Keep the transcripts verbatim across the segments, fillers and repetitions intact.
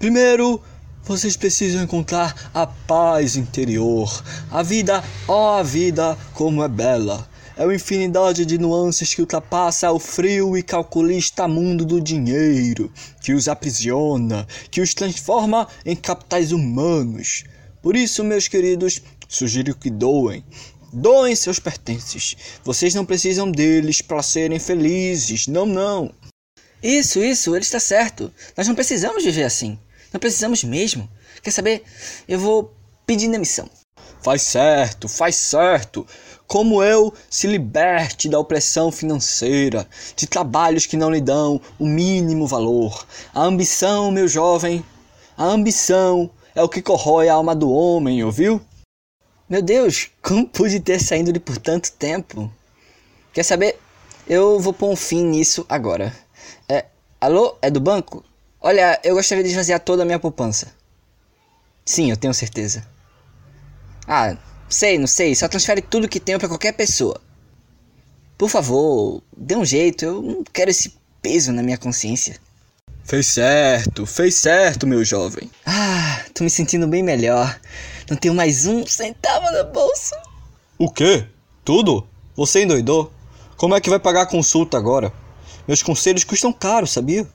Primeiro, vocês precisam encontrar a paz interior. A vida, ó a vida, como é bela. É uma infinidade de nuances que ultrapassa o frio e calculista mundo do dinheiro, que os aprisiona, que os transforma em capitais humanos. Por isso, meus queridos, sugiro que doem. Doem seus pertences. Vocês não precisam deles para serem felizes. Não, não. Isso, isso, ele está certo. Nós não precisamos viver assim. Não precisamos mesmo. Quer saber? Eu vou pedir demissão. Faz certo, faz certo. Como eu, se liberte da opressão financeira, de trabalhos que não lhe dão o mínimo valor. A ambição, meu jovem, a ambição é o que corrói a alma do homem, ouviu? Meu Deus, como pude ter saído de por tanto tempo? Quer saber? Eu vou pôr um fim nisso agora. É, alô? É do banco? Olha, eu gostaria de esvaziar toda a minha poupança. Sim, eu tenho certeza. Ah, sei, não sei, só transfere tudo que tenho pra qualquer pessoa. Por favor, dê um jeito, eu não quero esse peso na minha consciência. Fez certo, fez certo, meu jovem. Ah, tô me sentindo bem melhor. Não tenho mais um centavo no bolso. O quê? Tudo? Você endoidou? Como é que vai pagar a consulta agora? Meus conselhos custam caro, sabia?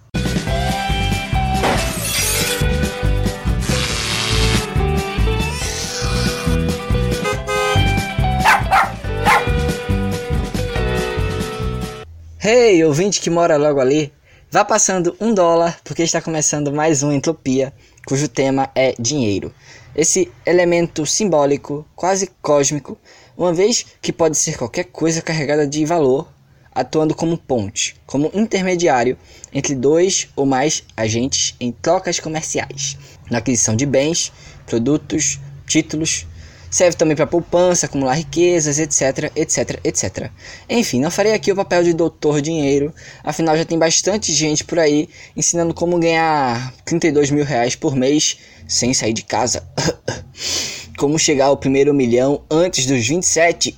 Hey, ouvinte que mora logo ali, vá passando um dólar porque está começando mais um Entropia, cujo tema é dinheiro. Esse elemento simbólico, quase cósmico, uma vez que pode ser qualquer coisa carregada de valor, atuando como ponte, como intermediário entre dois ou mais agentes em trocas comerciais, na aquisição de bens, produtos, títulos. Serve também para poupança, acumular riquezas, etc, etc, etcétera. Enfim, não farei aqui o papel de doutor dinheiro, afinal já tem bastante gente por aí ensinando como ganhar trinta e dois mil reais por mês sem sair de casa. Como chegar ao primeiro milhão antes dos vinte e sete.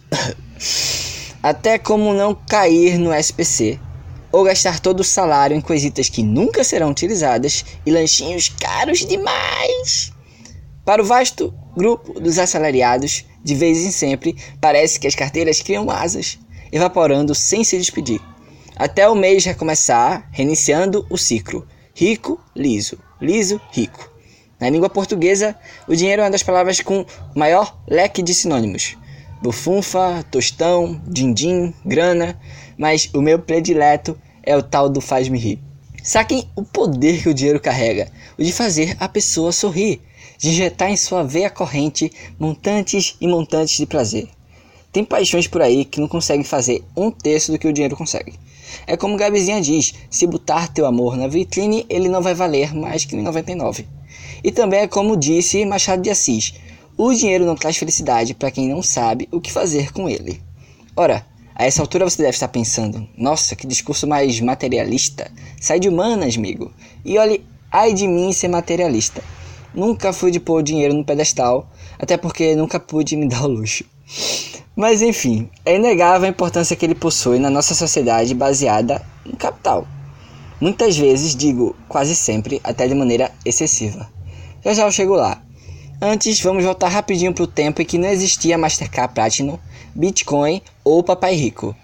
Até como não cair no S P C. Ou gastar todo o salário em coisitas que nunca serão utilizadas e lanchinhos caros demais. Para o vasto grupo dos assalariados, de vez em sempre, parece que as carteiras criam asas, evaporando sem se despedir. Até o mês recomeçar, reiniciando o ciclo. Rico, liso. Liso, rico. Na língua portuguesa, o dinheiro é uma das palavras com maior leque de sinônimos. Bufunfa, tostão, din-din, grana, mas o meu predileto é o tal do faz-me rir. Saquem o poder que o dinheiro carrega, o de fazer a pessoa sorrir, de injetar em sua veia corrente montantes e montantes de prazer. Tem paixões por aí que não conseguem fazer um terço do que o dinheiro consegue. É como Gabizinha diz, se botar teu amor na vitrine, ele não vai valer mais que noventa e nove. E também é como disse Machado de Assis, o dinheiro não traz felicidade para quem não sabe o que fazer com ele. Ora, a essa altura você deve estar pensando, nossa, que discurso mais materialista, sai de humanas, amigo. E olhe, ai de mim ser materialista. Nunca fui de pôr o dinheiro no pedestal, até porque nunca pude me dar o luxo. Mas enfim, é inegável a importância que ele possui na nossa sociedade baseada no capital. Muitas vezes, digo quase sempre, até de maneira excessiva. Já já eu chego lá. Antes, vamos voltar rapidinho para o tempo em que não existia Mastercard Platinum, Bitcoin ou Papai Rico.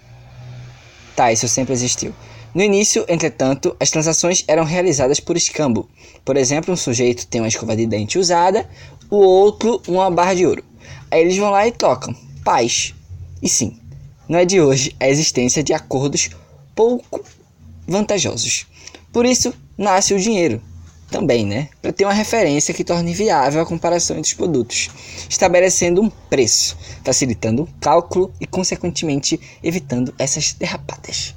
Tá, isso sempre existiu. No início, entretanto, as transações eram realizadas por escambo. Por exemplo, um sujeito tem uma escova de dente usada, o outro uma barra de ouro. Aí eles vão lá e trocam. Paz. E sim, não é de hoje a existência de acordos pouco vantajosos. Por isso, nasce o dinheiro. Também, né? Para ter uma referência que torne viável a comparação entre os produtos, estabelecendo um preço, facilitando o cálculo e, consequentemente, evitando essas derrapadas.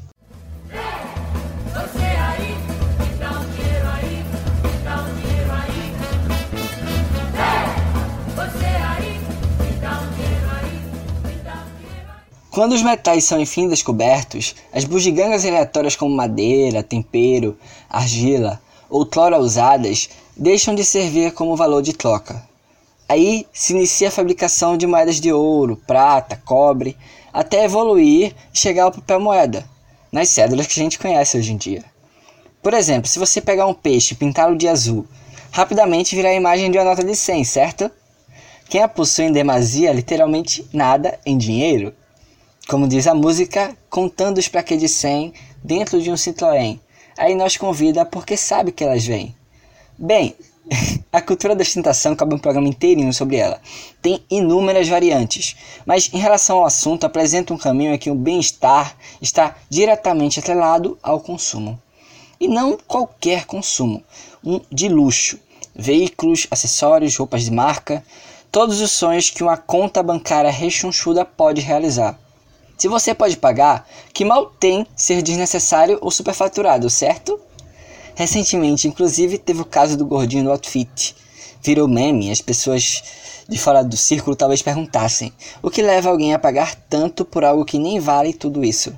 Quando os metais são enfim descobertos, as bugigangas aleatórias como madeira, tempero, argila ou cloro usadas deixam de servir como valor de troca. Aí se inicia a fabricação de moedas de ouro, prata, cobre, até evoluir e chegar ao papel moeda, nas cédulas que a gente conhece hoje em dia. Por exemplo, se você pegar um peixe e pintá-lo de azul, rapidamente virá a imagem de uma nota de cem, certo? Quem a possui em demasia, literalmente nada em dinheiro. Como diz a música, contando os pra quê de cem dentro de um Citroën. Aí nós convida porque sabe que elas vêm. Bem, a cultura da ostentação cabe um programa inteirinho sobre ela. Tem inúmeras variantes, mas em relação ao assunto apresenta um caminho em que o bem-estar está diretamente atrelado ao consumo. E não qualquer consumo, um de luxo. Veículos, acessórios, roupas de marca, todos os sonhos que uma conta bancária rechonchuda pode realizar. Se você pode pagar, que mal tem ser desnecessário ou superfaturado, certo? Recentemente, inclusive, teve o caso do gordinho do outfit. Virou meme e as pessoas de fora do círculo talvez perguntassem: o que leva alguém a pagar tanto por algo que nem vale tudo isso?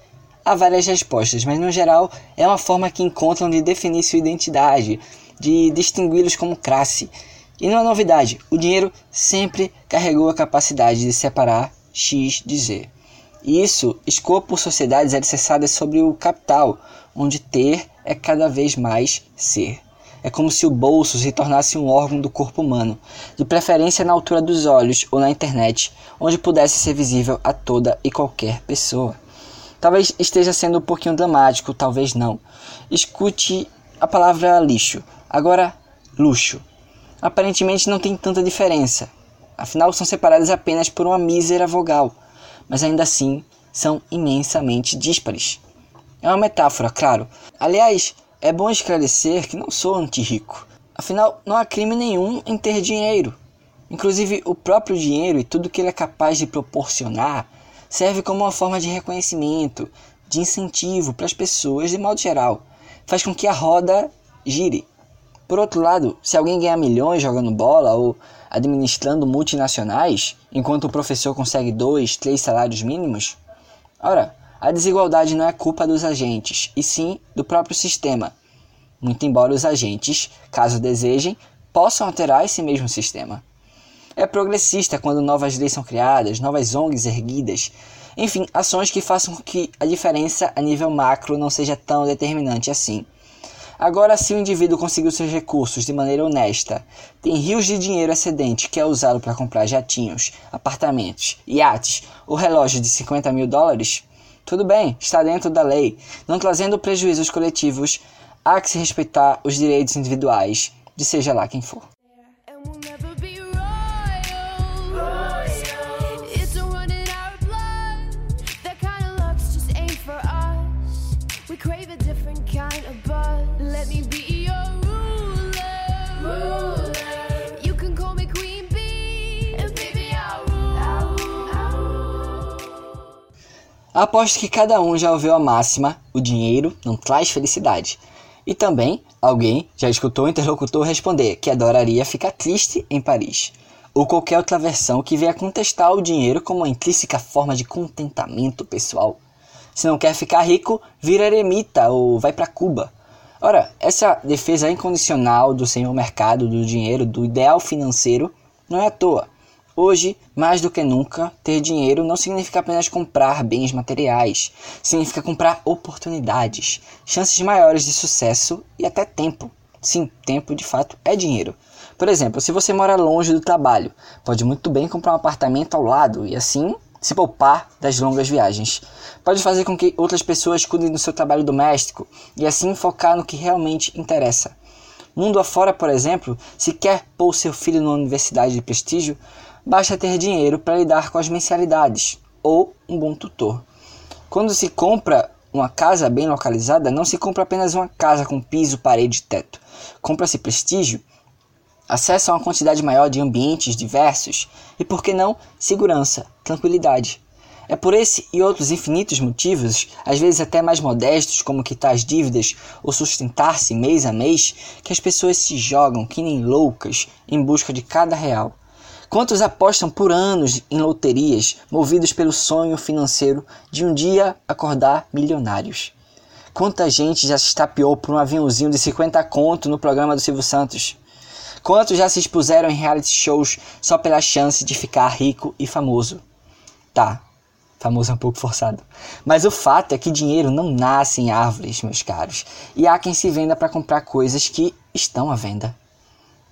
Há várias respostas, mas no geral é uma forma que encontram de definir sua identidade, de distingui-los como classe. E não é novidade, o dinheiro sempre carregou a capacidade de separar X de Z. E isso escoa por sociedades alicerçadas sobre o capital, onde ter é cada vez mais ser. É como se o bolso se tornasse um órgão do corpo humano, de preferência na altura dos olhos ou na internet, onde pudesse ser visível a toda e qualquer pessoa. Talvez esteja sendo um pouquinho dramático, talvez não. Escute a palavra lixo. Agora, luxo. Aparentemente não tem tanta diferença. Afinal, são separadas apenas por uma mísera vogal. Mas ainda assim, são imensamente díspares. É uma metáfora, claro. Aliás, é bom esclarecer que não sou anti-rico. Afinal, não há crime nenhum em ter dinheiro. Inclusive, o próprio dinheiro e tudo que ele é capaz de proporcionar serve como uma forma de reconhecimento, de incentivo para as pessoas de modo geral. Faz com que a roda gire. Por outro lado, se alguém ganhar milhões jogando bola ou administrando multinacionais, enquanto o professor consegue dois, três salários mínimos, ora, a desigualdade não é culpa dos agentes, e sim do próprio sistema. Muito embora os agentes, caso desejem, possam alterar esse mesmo sistema. É progressista quando novas leis são criadas, novas O N Gs erguidas, enfim, ações que façam com que a diferença a nível macro não seja tão determinante assim. Agora, se o indivíduo conseguiu seus recursos de maneira honesta, tem rios de dinheiro excedente que é usado para comprar jatinhos, apartamentos, iates ou relógios de cinquenta mil dólares, tudo bem, está dentro da lei, não trazendo prejuízos coletivos, há que se respeitar os direitos individuais, de seja lá quem for. Aposto que cada um já ouviu a máxima: o dinheiro não traz felicidade. E também, alguém já escutou o interlocutor responder que adoraria ficar triste em Paris. Ou qualquer outra versão que venha contestar o dinheiro como uma intrínseca forma de contentamento pessoal. Se não quer ficar rico, vira eremita ou vai para Cuba. Ora, essa defesa incondicional do senhor mercado, do dinheiro, do ideal financeiro, não é à toa. Hoje, mais do que nunca, ter dinheiro não significa apenas comprar bens materiais. Significa comprar oportunidades, chances maiores de sucesso e até tempo. Sim, tempo de fato é dinheiro. Por exemplo, se você mora longe do trabalho, pode muito bem comprar um apartamento ao lado e assim se poupar das longas viagens. Pode fazer com que outras pessoas cuidem do seu trabalho doméstico e assim focar no que realmente interessa. Mundo afora, por exemplo, se quer pôr seu filho numa universidade de prestígio, basta ter dinheiro para lidar com as mensalidades ou um bom tutor. Quando se compra uma casa bem localizada, não se compra apenas uma casa com piso, parede e teto. Compra-se prestígio, acesso a uma quantidade maior de ambientes diversos e, por que não, segurança, tranquilidade. É por esse e outros infinitos motivos, às vezes até mais modestos, como quitar as dívidas ou sustentar-se mês a mês, que as pessoas se jogam que nem loucas em busca de cada real. Quantos apostam por anos em loterias, movidos pelo sonho financeiro de um dia acordar milionários? Quanta gente já se estapeou por um aviãozinho de cinquenta conto no programa do Silvio Santos? Quantos já se expuseram em reality shows só pela chance de ficar rico e famoso? Tá, famoso é um pouco forçado. Mas o fato é que dinheiro não nasce em árvores, meus caros. E há quem se venda para comprar coisas que estão à venda.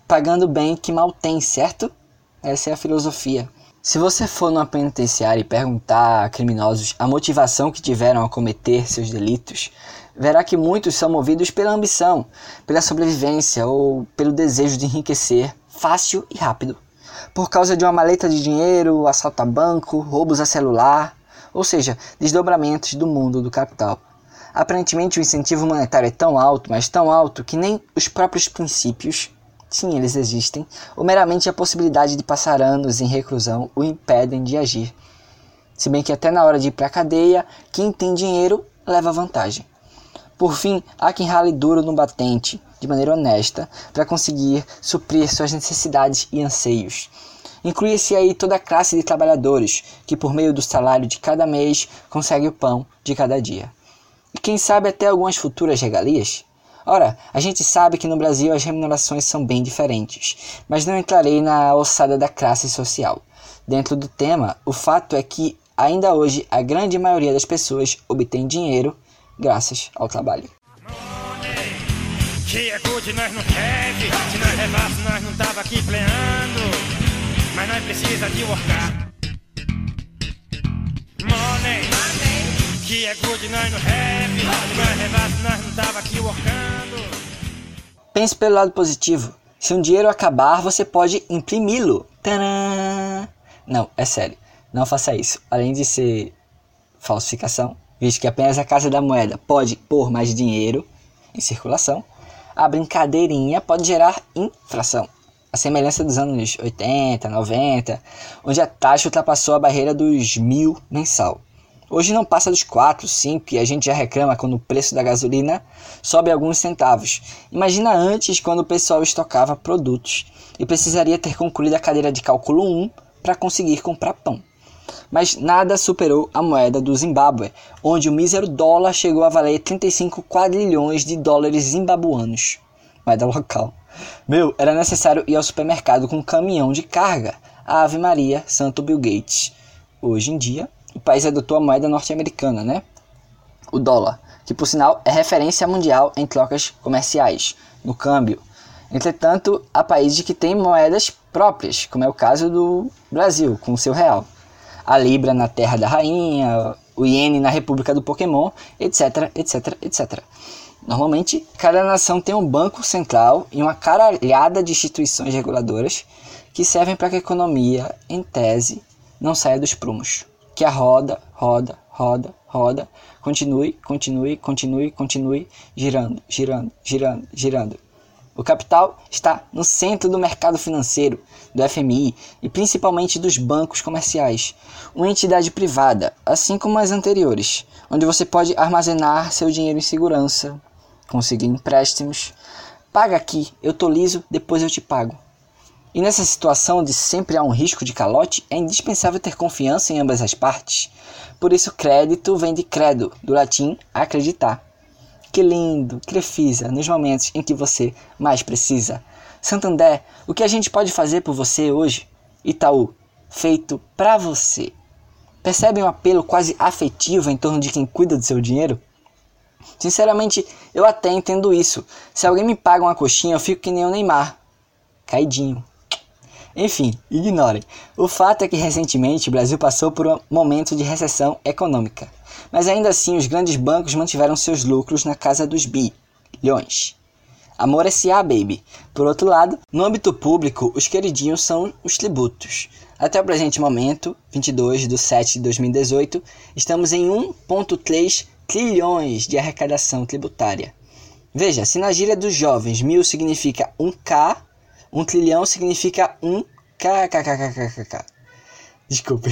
pagando bem que mal tem, certo? Essa é a filosofia. Se você for numa penitenciária e perguntar a criminosos a motivação que tiveram a cometer seus delitos, verá que muitos são movidos pela ambição, pela sobrevivência ou pelo desejo de enriquecer fácil e rápido. Por causa de uma maleta de dinheiro, assalto a banco, roubos a celular, ou seja, desdobramentos do mundo do capital. Aparentemente o incentivo monetário é tão alto, mas tão alto que nem os próprios princípios, sim, eles existem, ou meramente a possibilidade de passar anos em reclusão o impedem de agir. Se bem que até na hora de ir para a cadeia, quem tem dinheiro leva vantagem. Por fim, há quem rale duro no batente, de maneira honesta, para conseguir suprir suas necessidades e anseios. Inclui-se aí toda a classe de trabalhadores, que por meio do salário de cada mês consegue o pão de cada dia. E quem sabe até algumas futuras regalias? Ora, a gente sabe que no Brasil as remunerações são bem diferentes, mas não entrarei na ossada da classe social. Dentro do tema, o fato é que ainda hoje a grande maioria das pessoas obtém dinheiro graças ao trabalho. Que é good, nós não quer, se nós levasse nós não tava aqui pleando, mas nós precisa de workar. Money, que é good, nós não have, se nós levasse nós não tava aqui workando. Pense pelo lado positivo, se um dinheiro acabar você pode imprimi-lo. Tadã! Não, é sério, não faça isso, além de ser falsificação, visto que apenas a Casa da Moeda pode pôr mais dinheiro em circulação, a brincadeirinha pode gerar infração. A semelhança dos anos oitenta, noventa, onde a taxa ultrapassou a barreira dos mil mensal. Hoje não passa dos quatro, cinco e a gente já reclama quando o preço da gasolina sobe alguns centavos. Imagina antes, quando o pessoal estocava produtos e precisaria ter concluído a cadeira de cálculo um para conseguir comprar pão. Mas nada superou a moeda do Zimbábue, onde o mísero dólar chegou a valer trinta e cinco quadrilhões de dólares zimbabuanos. Moeda local. Meu, era necessário ir ao supermercado com um caminhão de carga. Ave Maria, Santo Bill Gates. Hoje em dia, o país adotou a moeda norte-americana, né? O dólar, que por sinal é referência mundial em trocas comerciais, no câmbio. Entretanto, há países que têm moedas próprias, como é o caso do Brasil, com o seu real. A Libra na Terra da Rainha, o Iene na República do Pokémon, etc, etc, etcétera. Normalmente, cada nação tem um banco central e uma caralhada de instituições reguladoras que servem para que a economia, em tese, não saia dos prumos. Que a roda, roda, roda, roda, continue, continue, continue, continue, girando, girando, girando, girando. O capital está no centro do mercado financeiro, do F M I e principalmente dos bancos comerciais, uma entidade privada, assim como as anteriores, onde você pode armazenar seu dinheiro em segurança, conseguir empréstimos. Paga aqui, eu tô liso, depois eu te pago. E nessa situação onde sempre há um risco de calote, é indispensável ter confiança em ambas as partes. Por isso, crédito vem de credo, do latim acreditar. Que lindo, Crefisa, nos momentos em que você mais precisa. Santander, o que a gente pode fazer por você hoje? Itaú, feito pra você. Percebem um apelo quase afetivo em torno de quem cuida do seu dinheiro? Sinceramente, eu até entendo isso. Se alguém me paga uma coxinha, eu fico que nem o Neymar. Caidinho. Enfim, ignorem. O fato é que recentemente o Brasil passou por um momento de recessão econômica. Mas ainda assim os grandes bancos mantiveram seus lucros na casa dos bilhões. Amor S A, baby. Por outro lado, no âmbito público, os queridinhos são os tributos. Até o presente momento, vinte e dois de setembro de dois mil e dezoito, estamos em um vírgula três trilhões de arrecadação tributária. Veja, se na gíria dos jovens mil significa um K, um trilhão significa um kkkkkk. Desculpe.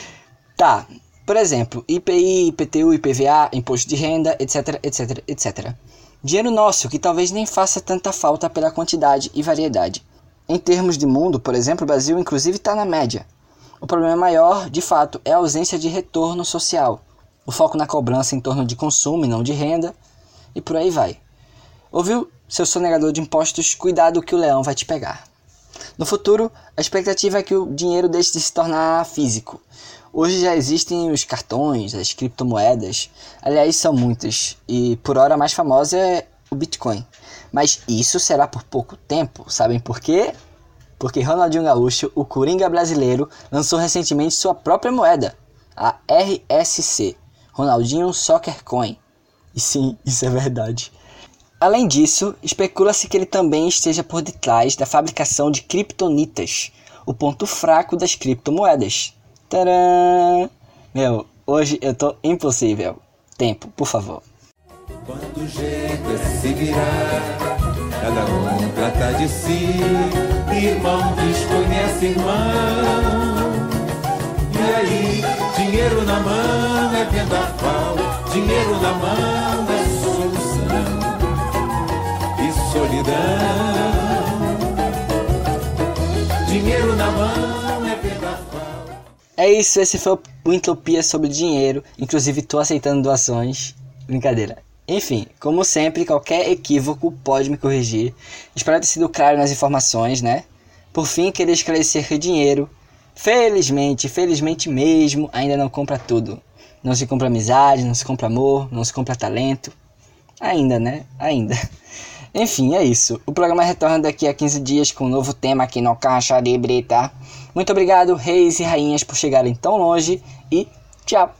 Tá, por exemplo, I P I, I P T U, I P V A, imposto de renda, etc, etc, etcétera. Dinheiro nosso que talvez nem faça tanta falta pela quantidade e variedade. Em termos de mundo, por exemplo, o Brasil inclusive está na média. O problema maior, de fato, é a ausência de retorno social. O foco na cobrança em torno de consumo e não de renda, e por aí vai. Ouviu, seu sonegador de impostos? Cuidado que o leão vai te pegar. No futuro, a expectativa é que o dinheiro deixe de se tornar físico. Hoje já existem os cartões, as criptomoedas, aliás são muitas, e por hora a mais famosa é o Bitcoin. Mas isso será por pouco tempo, sabem por quê? Porque Ronaldinho Gaúcho, o Coringa brasileiro, lançou recentemente sua própria moeda, a R S C, Ronaldinho Soccer Coin. E sim, isso é verdade. Além disso, especula-se que ele também esteja por detrás da fabricação de criptonitas, o ponto fraco das criptomoedas. Tcharam! Meu, hoje eu tô impossível. Tempo, por favor. Quando o jeito é se virar, cada um trata de si, irmão desconhece irmão. E aí, dinheiro na mão é vendaval, dinheiro na mão é solução e solidão. Dinheiro na mão é vendaval. É isso, esse foi o Entropia sobre dinheiro. Inclusive tô aceitando doações. Brincadeira. Enfim, como sempre, qualquer equívoco pode me corrigir. Espero ter sido claro nas informações, né? Por fim, queria esclarecer que dinheiro, felizmente, felizmente mesmo, ainda não compra tudo. Não se compra amizade, não se compra amor, não se compra talento. Ainda, né? Ainda. Enfim, é isso. O programa retorna daqui a quinze dias com um novo tema aqui no Caixa de Brita. Muito obrigado, reis e rainhas, por chegarem tão longe e tchau!